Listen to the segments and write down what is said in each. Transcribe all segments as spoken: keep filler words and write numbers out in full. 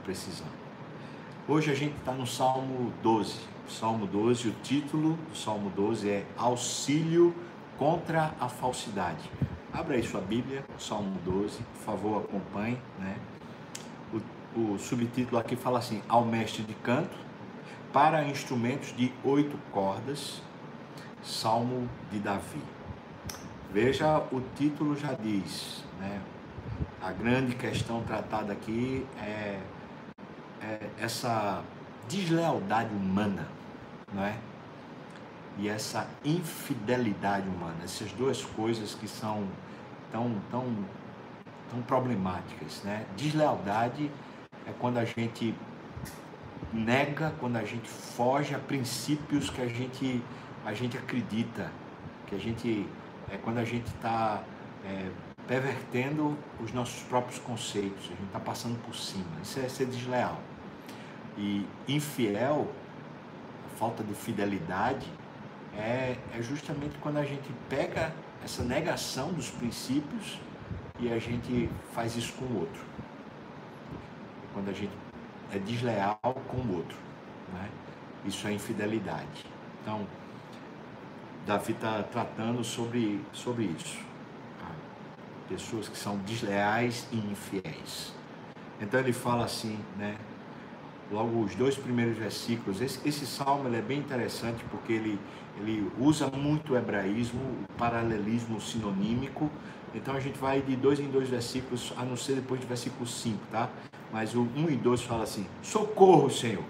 precisando. Hoje a gente está no Salmo doze. Salmo doze, o título do Salmo doze é Auxílio contra a Falsidade. Abra aí sua Bíblia, Salmo doze, por favor, acompanhe, né? O, o subtítulo aqui fala assim: ao mestre de canto, para instrumentos de oito cordas, Salmo de Davi. Veja, o título já diz, né? A grande questão tratada aqui é, é essa deslealdade humana, não é? E essa infidelidade humana, essas duas coisas que são tão, tão, tão problemáticas, né? Deslealdade é quando a gente nega, quando a gente foge a princípios que a gente, a gente acredita, que a gente, é quando a gente está é, pervertendo os nossos próprios conceitos, a gente está passando por cima, isso é ser desleal. E infiel, a falta de fidelidade, é, é justamente quando a gente pega essa negação dos princípios e a gente faz isso com o outro. Quando a gente é desleal com o outro, né? Isso é infidelidade. Então, Davi está tratando sobre, sobre isso. Tá? Pessoas que são desleais e infiéis. Então ele fala assim, né? Logo os dois primeiros versículos, esse, esse salmo ele é bem interessante porque ele, ele usa muito o hebraísmo, o paralelismo sinonímico. Então a gente vai de dois em dois versículos, a não ser depois do versículo cinco, tá? Mas o um e dois fala assim: socorro, Senhor.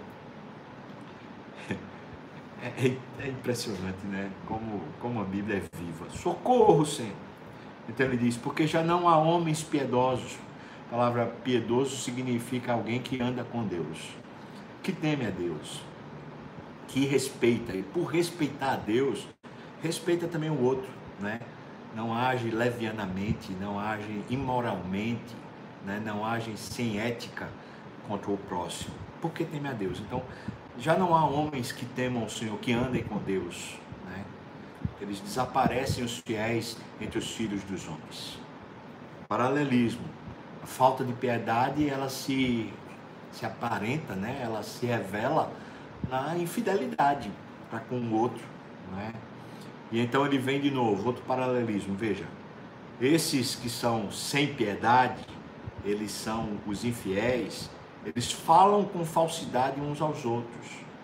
É, é, é impressionante, né? Como, como a Bíblia é viva. Socorro, Senhor. Então ele diz: porque já não há homens piedosos. A palavra piedoso significa alguém que anda com Deus, que teme a Deus, que respeita. E por respeitar a Deus, respeita também o outro, né? Não age levianamente, não age imoralmente, né? Não age sem ética contra o próximo, porque teme a Deus. Então, já não há homens que temam o Senhor, que andem com Deus, né? Eles desaparecem os fiéis entre os filhos dos homens. Paralelismo. A falta de piedade, ela se, se aparenta, né? Ela se revela na infidelidade para com o outro, né? E então ele vem de novo, outro paralelismo. Veja, esses que são sem piedade, eles são os infiéis, eles falam com falsidade uns aos outros.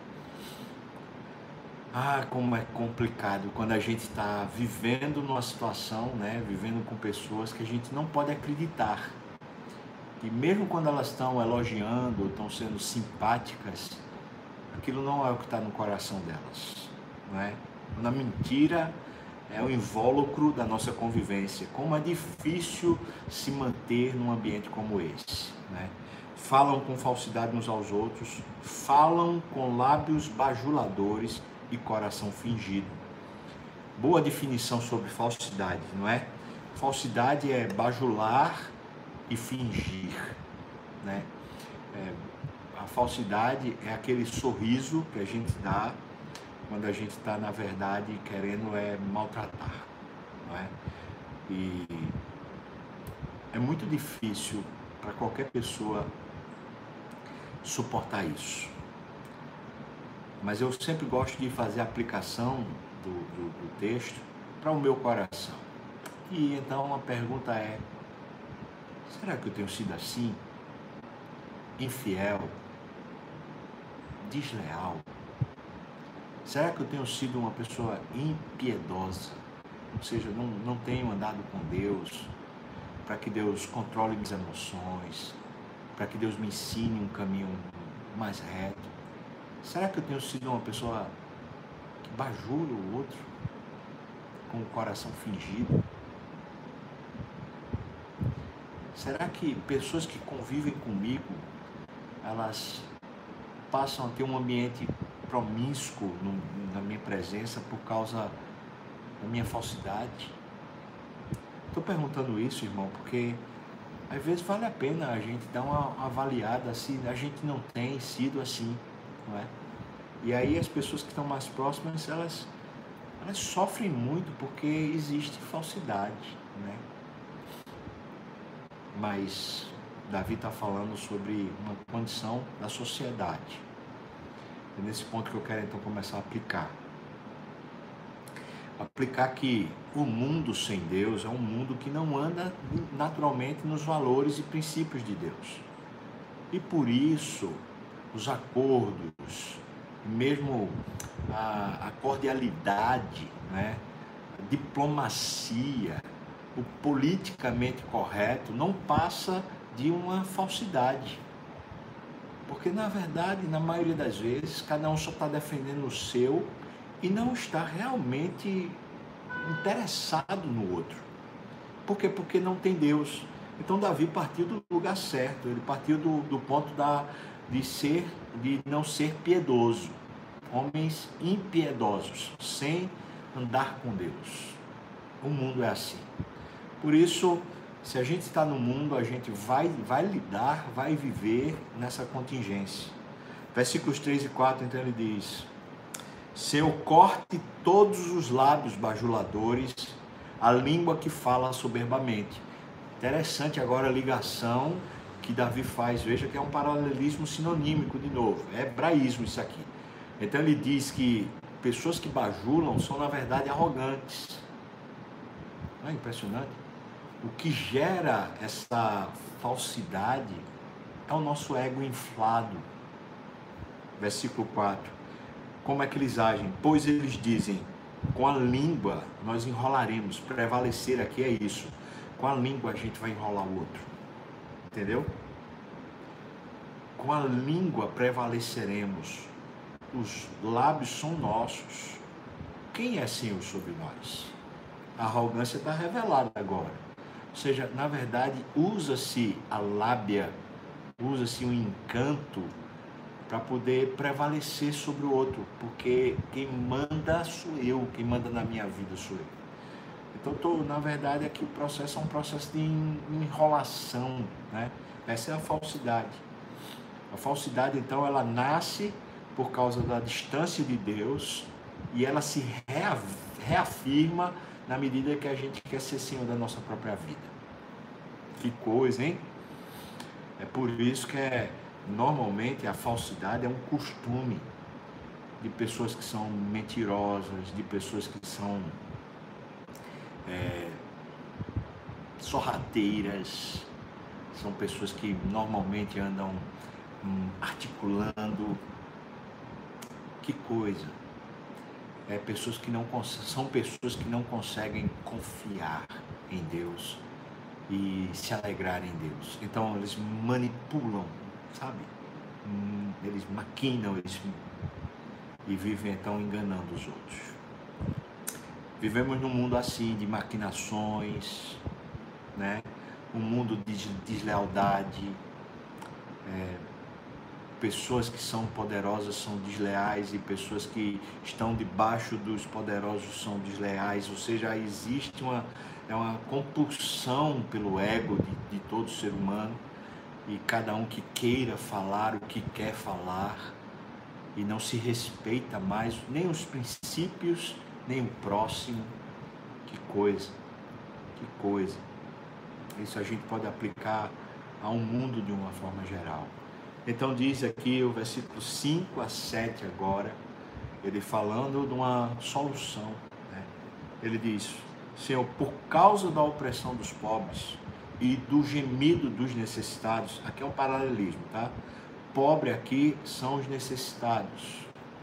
Ah, como é complicado quando a gente está vivendo numa situação, né? Vivendo com pessoas que a gente não pode acreditar. E mesmo quando elas estão elogiando, estão sendo simpáticas, aquilo não é o que está no coração delas, não é? Na mentira é o invólucro da nossa convivência. Como é difícil se manter num ambiente como esse, né? Falam com falsidade uns aos outros, falam com lábios bajuladores e coração fingido. Boa definição sobre falsidade, não é? Falsidade é bajular e fingir, né? É, a falsidade é aquele sorriso que a gente dá quando a gente está, na verdade, querendo é maltratar, não é? E é muito difícil para qualquer pessoa suportar isso. Mas eu sempre gosto de fazer a aplicação do, do, do texto para o meu coração. E então a pergunta é: será que eu tenho sido assim? Infiel? Desleal? Será que eu tenho sido uma pessoa impiedosa? Ou seja, não, não tenho andado com Deus para que Deus controle minhas emoções, para que Deus me ensine um caminho mais reto? Será que eu tenho sido uma pessoa que bajula o outro com o coração fingido? Será que pessoas que convivem comigo, elas passam a ter um ambiente promíscuo no, na minha presença por causa da minha falsidade? Estou perguntando isso, irmão, porque às vezes vale a pena a gente dar uma, uma avaliada se a gente não tem sido assim, não é? E aí as pessoas que estão mais próximas, elas, elas sofrem muito porque existe falsidade, né? Mas Davi está falando sobre uma condição da sociedade. É nesse ponto que eu quero então começar a aplicar. Aplicar que o mundo sem Deus é um mundo que não anda naturalmente nos valores e princípios de Deus. E por isso, os acordos, mesmo a, a cordialidade, né, a diplomacia, o politicamente correto não passa de uma falsidade. Porque, na verdade, na maioria das vezes, cada um só está defendendo o seu e não está realmente interessado no outro. Por quê? Porque não tem Deus. Então, Davi partiu do lugar certo, ele partiu do, do ponto da, de, ser, de não ser piedoso. Homens impiedosos, sem andar com Deus. O mundo é assim. Por isso, se a gente está no mundo, a gente vai, vai lidar, vai viver nessa contingência. Versículos três e quatro, então ele diz: Senhor, corte todos os lábios bajuladores, a língua que fala soberbamente. Interessante agora a ligação que Davi faz, veja que é um paralelismo sinonímico de novo, é hebraísmo isso aqui. Então ele diz que pessoas que bajulam são na verdade arrogantes. Não é impressionante? O que gera essa falsidade é o nosso ego inflado. Versículo quatro. Como é que eles agem? Pois eles dizem, com a língua nós enrolaremos. Prevalecer aqui é isso. Com a língua a gente vai enrolar o outro. Entendeu? Com a língua prevaleceremos. Os lábios são nossos. Quem é Senhor sobre nós? A arrogância está revelada agora. Ou seja, na verdade, usa-se a lábia, usa-se um encanto para poder prevalecer sobre o outro, porque quem manda sou eu, quem manda na minha vida sou eu. Então, tô, na verdade, aqui o processo é um processo de enrolação, né? Essa é a falsidade. A falsidade, então, ela nasce por causa da distância de Deus e ela se reafirma na medida que a gente quer ser senhor da nossa própria vida. Que coisa, hein? É por isso que é, normalmente a falsidade é um costume de pessoas que são mentirosas, de pessoas que são é, sorrateiras, são pessoas que normalmente andam hum, articulando. Que coisa! É, pessoas que não, são pessoas que não conseguem confiar em Deus e se alegrar em Deus. Então eles manipulam, sabe? Eles maquinam, eles e vivem então enganando os outros. Vivemos num mundo assim de maquinações, né? Um mundo de deslealdade. É, pessoas que são poderosas são desleais e pessoas que estão debaixo dos poderosos são desleais. Ou seja, existe uma, é uma compulsão pelo ego de, de todo ser humano e cada um que queira falar o que quer falar e não se respeita mais nem os princípios, nem o próximo. Que coisa, que coisa. Isso a gente pode aplicar a um mundo de uma forma geral. Então diz aqui o versículo cinco a sete agora, ele falando de uma solução, né? Ele diz: Senhor, por causa da opressão dos pobres e do gemido dos necessitados, aqui é um paralelismo, tá? Pobre aqui são os necessitados.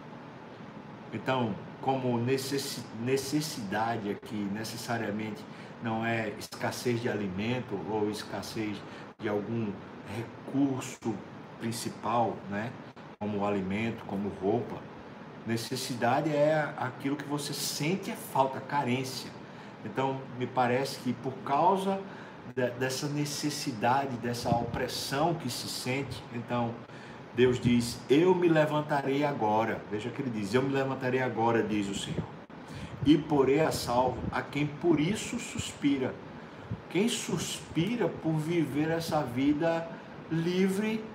Então, como necessidade aqui necessariamente não é escassez de alimento ou escassez de algum recurso principal, né? Como o alimento, como roupa. Necessidade é aquilo que você sente é falta, carência. Então, me parece que por causa de, dessa necessidade, dessa opressão que se sente, então Deus diz: eu me levantarei agora. Veja que ele diz: eu me levantarei agora, diz o Senhor, e porei a salvo a quem por isso suspira. Quem suspira por viver essa vida livre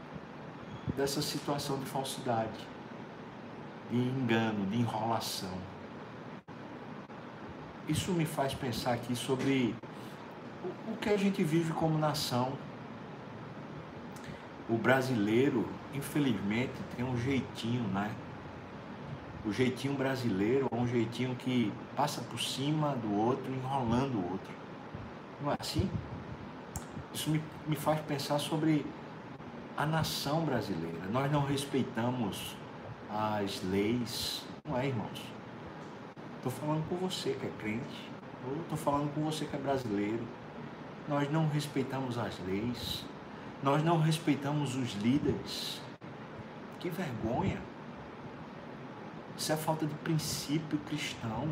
dessa situação de falsidade, de engano, de enrolação. Isso me faz pensar aqui sobre o, o que a gente vive como nação. o brasileiro, infelizmente, tem um jeitinho, né? O jeitinho brasileiro é um jeitinho que passa por cima do outro, enrolando o outro. Não é assim? Isso me, me faz pensar sobre a nação brasileira. Nós não respeitamos as leis, não é, irmãos? Estou falando com você que é crente, ou estou falando com você que é brasileiro. Nós não respeitamos as leis, nós não respeitamos os líderes. Que vergonha! Isso é falta de princípio cristão.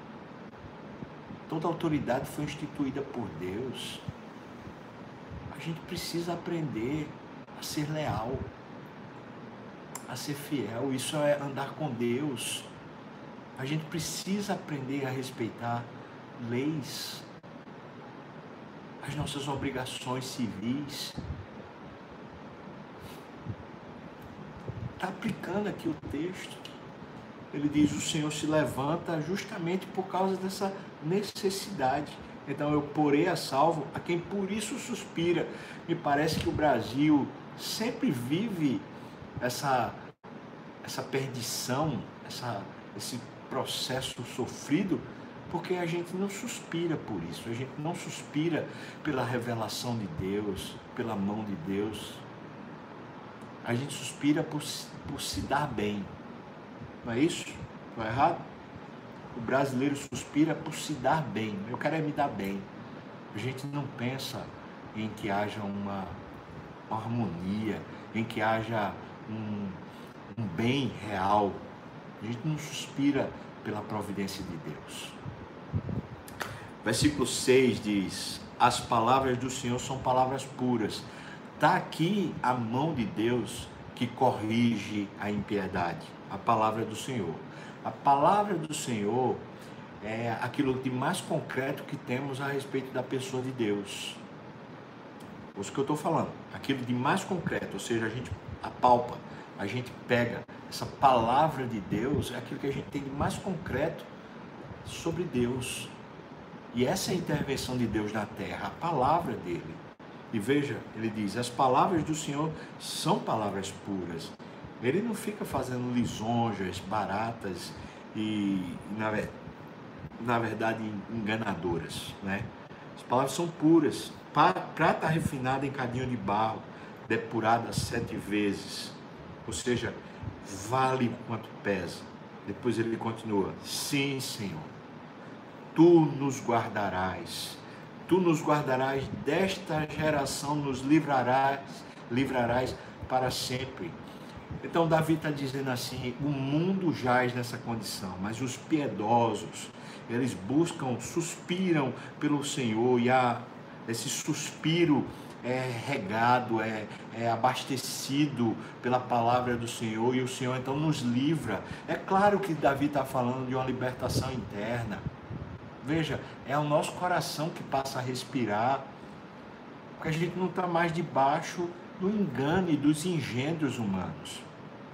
Toda autoridade foi instituída por Deus. A gente precisa aprender a ser leal, a ser fiel. Isso é andar com Deus. A gente precisa aprender a respeitar leis, as nossas obrigações civis. Está aplicando aqui o texto. Ele diz, o Senhor se levanta justamente por causa dessa necessidade. Então eu porei a salvo a quem por isso suspira. Me parece que o Brasil sempre vive essa, essa perdição, essa, esse processo sofrido, porque a gente não suspira por isso. A gente não suspira pela revelação de Deus, pela mão de Deus. A gente suspira por, por se dar bem. Não é isso? Não é errado? O brasileiro suspira por se dar bem. Eu quero é me dar bem. A gente não pensa em que haja uma, uma harmonia, em que haja um, um bem real. A gente não suspira pela providência de Deus. Versículo seis diz, as palavras do Senhor são palavras puras. Está aqui a mão de Deus que corrige a impiedade. A palavra do Senhor. A palavra do Senhor é aquilo de mais concreto que temos a respeito da pessoa de Deus. Isso que eu estou falando. Aquilo de mais concreto, ou seja, a gente apalpa, a gente pega. Essa palavra de Deus é aquilo que a gente tem de mais concreto sobre Deus. E essa é a intervenção de Deus na terra, a palavra dele. E veja, ele diz, as palavras do Senhor são palavras puras. Ele não fica fazendo lisonjas baratas e, na, na verdade, enganadoras, né? As palavras são puras. Prata refinada em cadinho de barro, depurada sete vezes. Ou seja, vale o quanto pesa. Depois ele continua, sim, Senhor, Tu nos guardarás. Tu nos guardarás desta geração, nos livrarás, livrarás para sempre. Então Davi está dizendo assim, o mundo jaz nessa condição, mas os piedosos, eles buscam, suspiram pelo Senhor, e há esse suspiro é regado, é, é abastecido pela palavra do Senhor, e o Senhor então nos livra. É claro que Davi está falando de uma libertação interna. Veja, é o nosso coração que passa a respirar, porque a gente não está mais debaixo do engano e dos engendros humanos.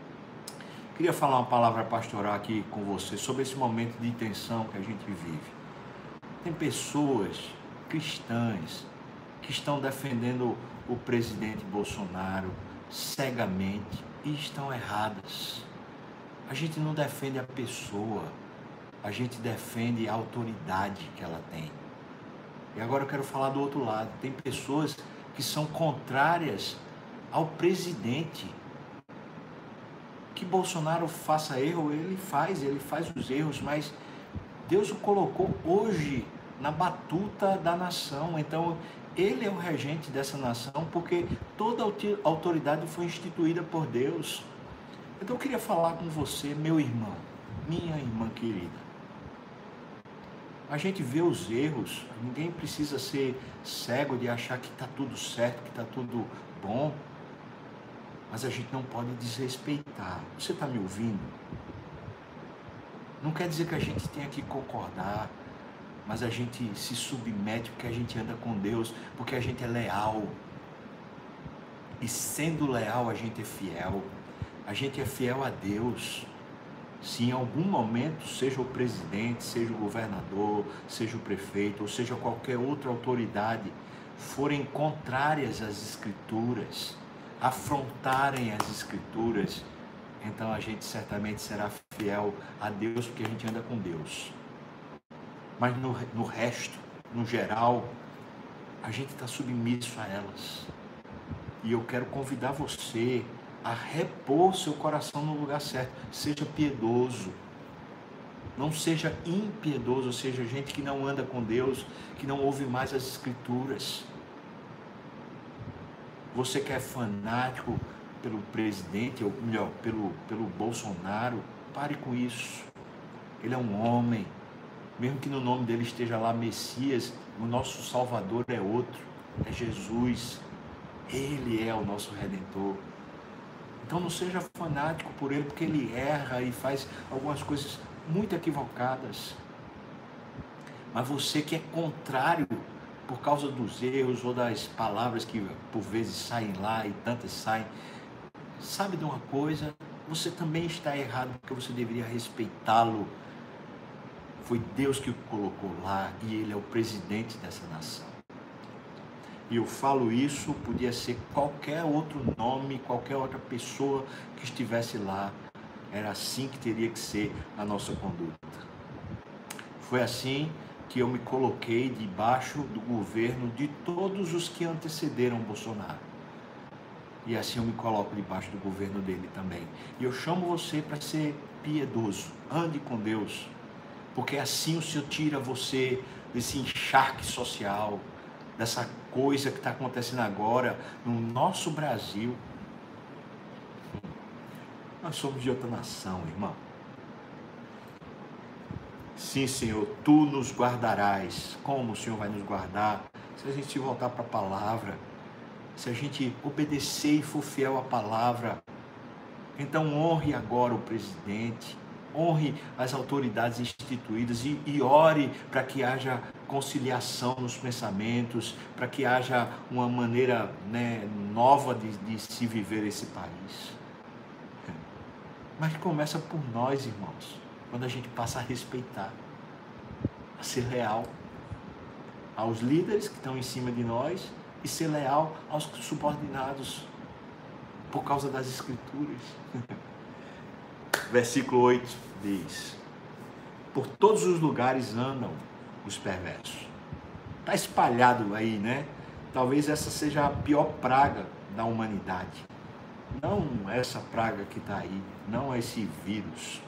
Queria falar uma palavra pastoral aqui com você sobre esse momento de tensão que a gente vive. Tem pessoas cristãs que estão defendendo o presidente Bolsonaro cegamente e estão erradas. A gente não defende a pessoa, a gente defende a autoridade que ela tem. E agora eu quero falar do outro lado. Tem pessoas que são contrárias ao presidente. Que Bolsonaro faça erro, ele faz, ele faz os erros, mas Deus o colocou hoje na batuta da nação. Então, ele é o regente dessa nação, porque toda a autoridade foi instituída por Deus. Então, eu queria falar com você, meu irmão, minha irmã querida. A gente vê os erros, ninguém precisa ser cego de achar que está tudo certo, que está tudo bom. Mas a gente não pode desrespeitar. Você está me ouvindo? Não quer dizer que a gente tenha que concordar, mas a gente se submete porque a gente anda com Deus, porque a gente é leal. E sendo leal, a gente é fiel. A gente é fiel a Deus. Se em algum momento, seja o presidente, seja o governador, seja o prefeito, ou seja qualquer outra autoridade, forem contrárias às Escrituras, afrontarem as Escrituras, então a gente certamente será fiel a Deus, porque a gente anda com Deus. Mas no, no resto, no geral, a gente está submisso a elas. E eu quero convidar você a repor seu coração no lugar certo. Seja piedoso. Não seja impiedoso, ou seja, gente que não anda com Deus, que não ouve mais as Escrituras. Você que é fanático pelo presidente, ou melhor, pelo, pelo Bolsonaro, pare com isso. Ele é um homem. Mesmo que no nome dele esteja lá Messias, o nosso Salvador é outro, é Jesus. Ele é o nosso Redentor. Então não seja fanático por ele, porque ele erra e faz algumas coisas muito equivocadas. Mas você que é contrário por causa dos erros ou das palavras que por vezes saem lá e tantas saem, sabe de uma coisa? Você também está errado, porque você deveria respeitá-lo. Foi Deus que o colocou lá e ele é o presidente dessa nação. E eu falo isso, podia ser qualquer outro nome, qualquer outra pessoa que estivesse lá. Era assim que teria que ser a nossa conduta. Foi assim que eu me coloquei debaixo do governo de todos os que antecederam Bolsonaro. E assim eu me coloco debaixo do governo dele também. E eu chamo você para ser piedoso. Ande com Deus. Porque assim o Senhor tira você desse encharque social, dessa coisa que está acontecendo agora no nosso Brasil. Nós somos de outra nação, irmão. Sim, Senhor, Tu nos guardarás. Como o Senhor vai nos guardar? Se a gente voltar para a palavra, se a gente obedecer e for fiel à palavra. Então honre agora o presidente, honre as autoridades instituídas e, e ore para que haja conciliação nos pensamentos, para que haja uma maneira, né, nova de, de se viver esse país. Mas começa por nós, irmãos, quando a gente passa a respeitar, a ser leal aos líderes que estão em cima de nós e ser leal aos subordinados por causa das Escrituras. Versículo oito diz: por todos os lugares andam os perversos. Está espalhado aí, né? Talvez essa seja a pior praga da humanidade. Não essa praga que está aí, não esse vírus,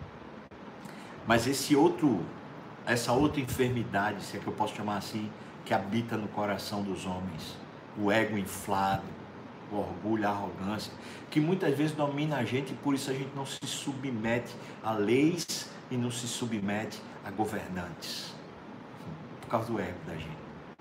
mas esse outro, essa outra enfermidade, se é que eu posso chamar assim, que habita no coração dos homens, o ego inflado, o orgulho, a arrogância, que muitas vezes domina a gente e por isso a gente não se submete a leis e não se submete a governantes, por causa do ego da gente.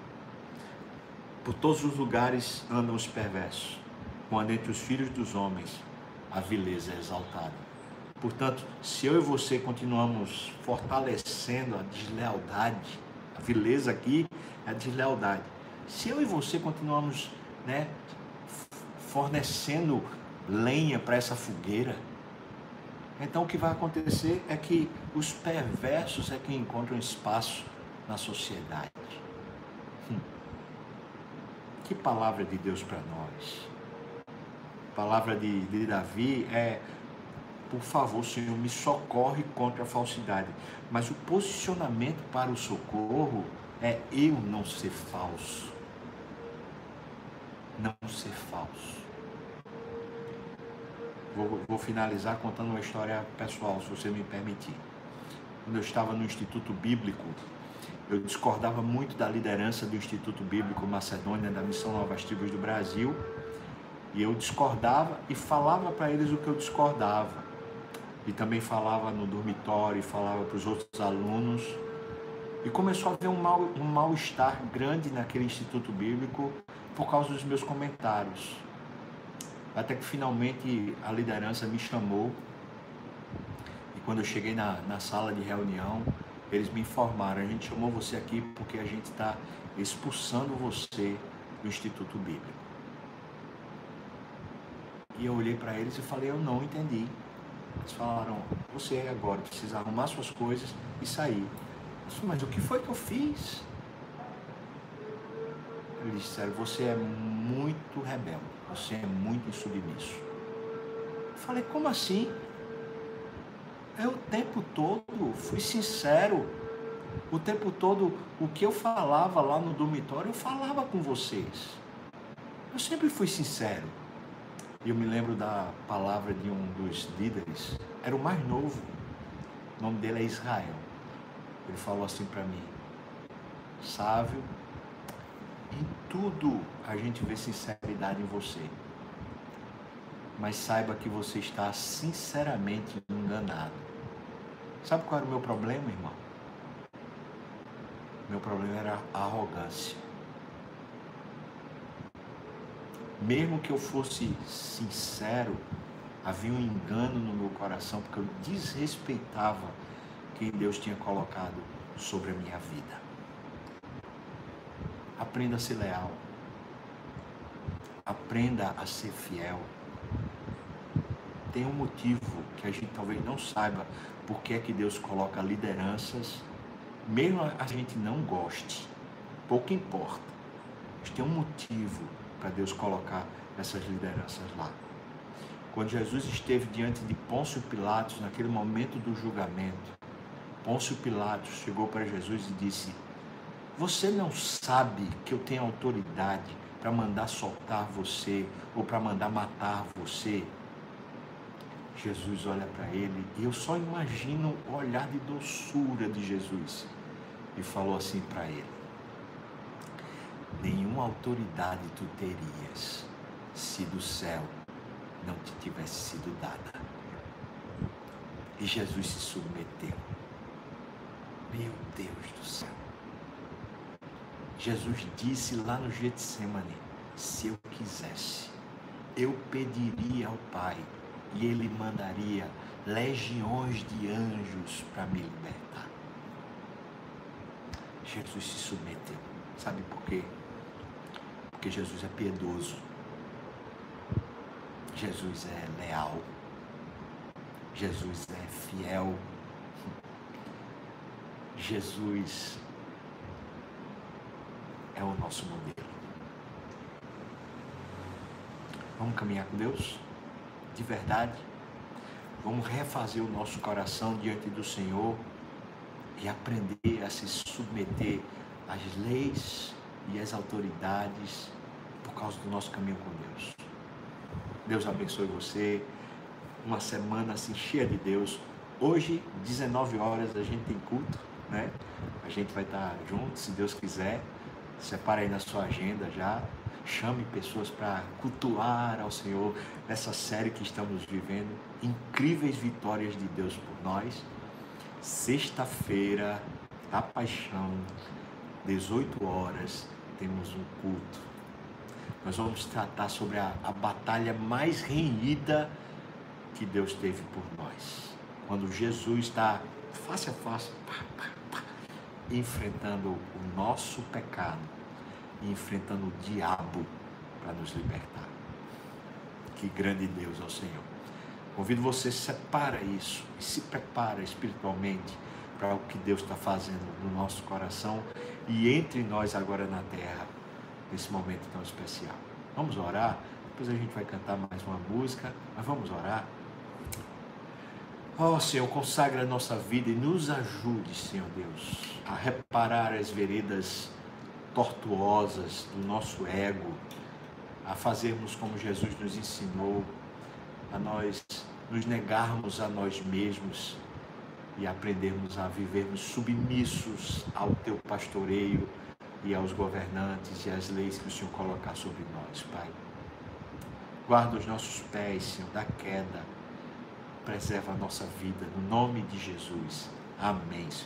Por todos os lugares andam os perversos, quando entre os filhos dos homens a vileza é exaltada. Portanto, se eu e você continuamos fortalecendo a deslealdade, a vileza aqui é a deslealdade. Se eu e você continuamos, né, fornecendo lenha para essa fogueira, então o que vai acontecer é que os perversos é que encontram espaço na sociedade. Hum. Que palavra de Deus para nós. A palavra de, de Davi é: por favor, Senhor, me socorre contra a falsidade. Mas o posicionamento para o socorro é eu não ser falso. Não ser falso. Vou, vou finalizar contando uma história pessoal, se você me permitir. Quando eu estava no Instituto Bíblico, eu discordava muito da liderança do Instituto Bíblico Macedônia, da Missão Novas Tribos do Brasil, e eu discordava e falava para eles o que eu discordava. E também falava no dormitório, falava para os outros alunos. E começou a haver um mal, um mal-estar grande naquele Instituto Bíblico por causa dos meus comentários. Até que finalmente a liderança me chamou. E quando eu cheguei na, na sala de reunião, eles me informaram: a gente chamou você aqui porque a gente está expulsando você do Instituto Bíblico. E eu olhei para eles e falei: eu não entendi. Eles falaram: você agora precisa arrumar suas coisas e sair. Eu falei: mas o que foi que eu fiz? Eles disseram: você é muito rebelde, você é muito insubmisso. Eu falei: como assim? Eu o tempo todo fui sincero. O tempo todo, o que eu falava lá no dormitório, eu falava com vocês. Eu sempre fui sincero. E eu me lembro da palavra de um dos líderes, era o mais novo, o nome dele é Israel. Ele falou assim para mim: Sávio, em tudo a gente vê sinceridade em você, mas saiba que você está sinceramente enganado. Sabe qual era o meu problema, irmão? Meu problema era a arrogância. Mesmo que eu fosse sincero, havia um engano no meu coração, porque eu desrespeitava quem Deus tinha colocado sobre a minha vida. Aprenda a ser leal. Aprenda a ser fiel. Tem um motivo que a gente talvez não saiba por que é que Deus coloca lideranças, mesmo a gente não goste, pouco importa. Mas tem um motivo para Deus colocar essas lideranças lá. Quando Jesus esteve diante de Pôncio Pilatos, naquele momento do julgamento, Pôncio Pilatos chegou para Jesus e disse: você não sabe que eu tenho autoridade para mandar soltar você ou para mandar matar você? Jesus olha para ele e eu só imagino o olhar de doçura de Jesus e falou assim para ele: nenhuma autoridade tu terias se do céu não te tivesse sido dada. E Jesus se submeteu. Meu Deus do céu. Jesus disse lá no Getsemane: se eu quisesse, eu pediria ao Pai e Ele mandaria legiões de anjos para me libertar. Jesus se submeteu. Sabe por quê? Porque Jesus é piedoso. Jesus é leal. Jesus é fiel. Jesus é o nosso modelo. Vamos caminhar com Deus? De verdade? Vamos refazer o nosso coração diante do Senhor e aprender a se submeter às leis e às autoridades por causa do nosso caminho com Deus. Deus abençoe você. Uma semana assim cheia de Deus. Hoje, dezenove horas, a gente tem culto, né? A gente vai estar junto, se Deus quiser. Separa aí na sua agenda já. Chame pessoas para cultuar ao Senhor nessa série que estamos vivendo. Incríveis vitórias de Deus por nós. Sexta-feira, da Paixão, dezoito horas, temos um culto. Nós vamos tratar sobre a, a batalha mais renhida que Deus teve por nós. Quando Jesus está face a face, pá, pá, pá, enfrentando o nosso pecado e enfrentando o diabo para nos libertar. Que grande Deus é o Senhor. Convido você, separa isso e se prepara espiritualmente para o que Deus está fazendo no nosso coração e entre nós agora na terra, nesse momento tão especial. Vamos orar? Depois a gente vai cantar mais uma música, mas vamos orar. Ó Senhor, consagra a nossa vida e nos ajude, Senhor Deus, a reparar as veredas tortuosas do nosso ego, a fazermos como Jesus nos ensinou, a nós nos negarmos a nós mesmos e aprendermos a vivermos submissos ao Teu pastoreio e aos governantes e às leis que o Senhor colocar sobre nós, Pai. Guarda os nossos pés, Senhor, da queda. Preserva a nossa vida, no nome de Jesus. Amém.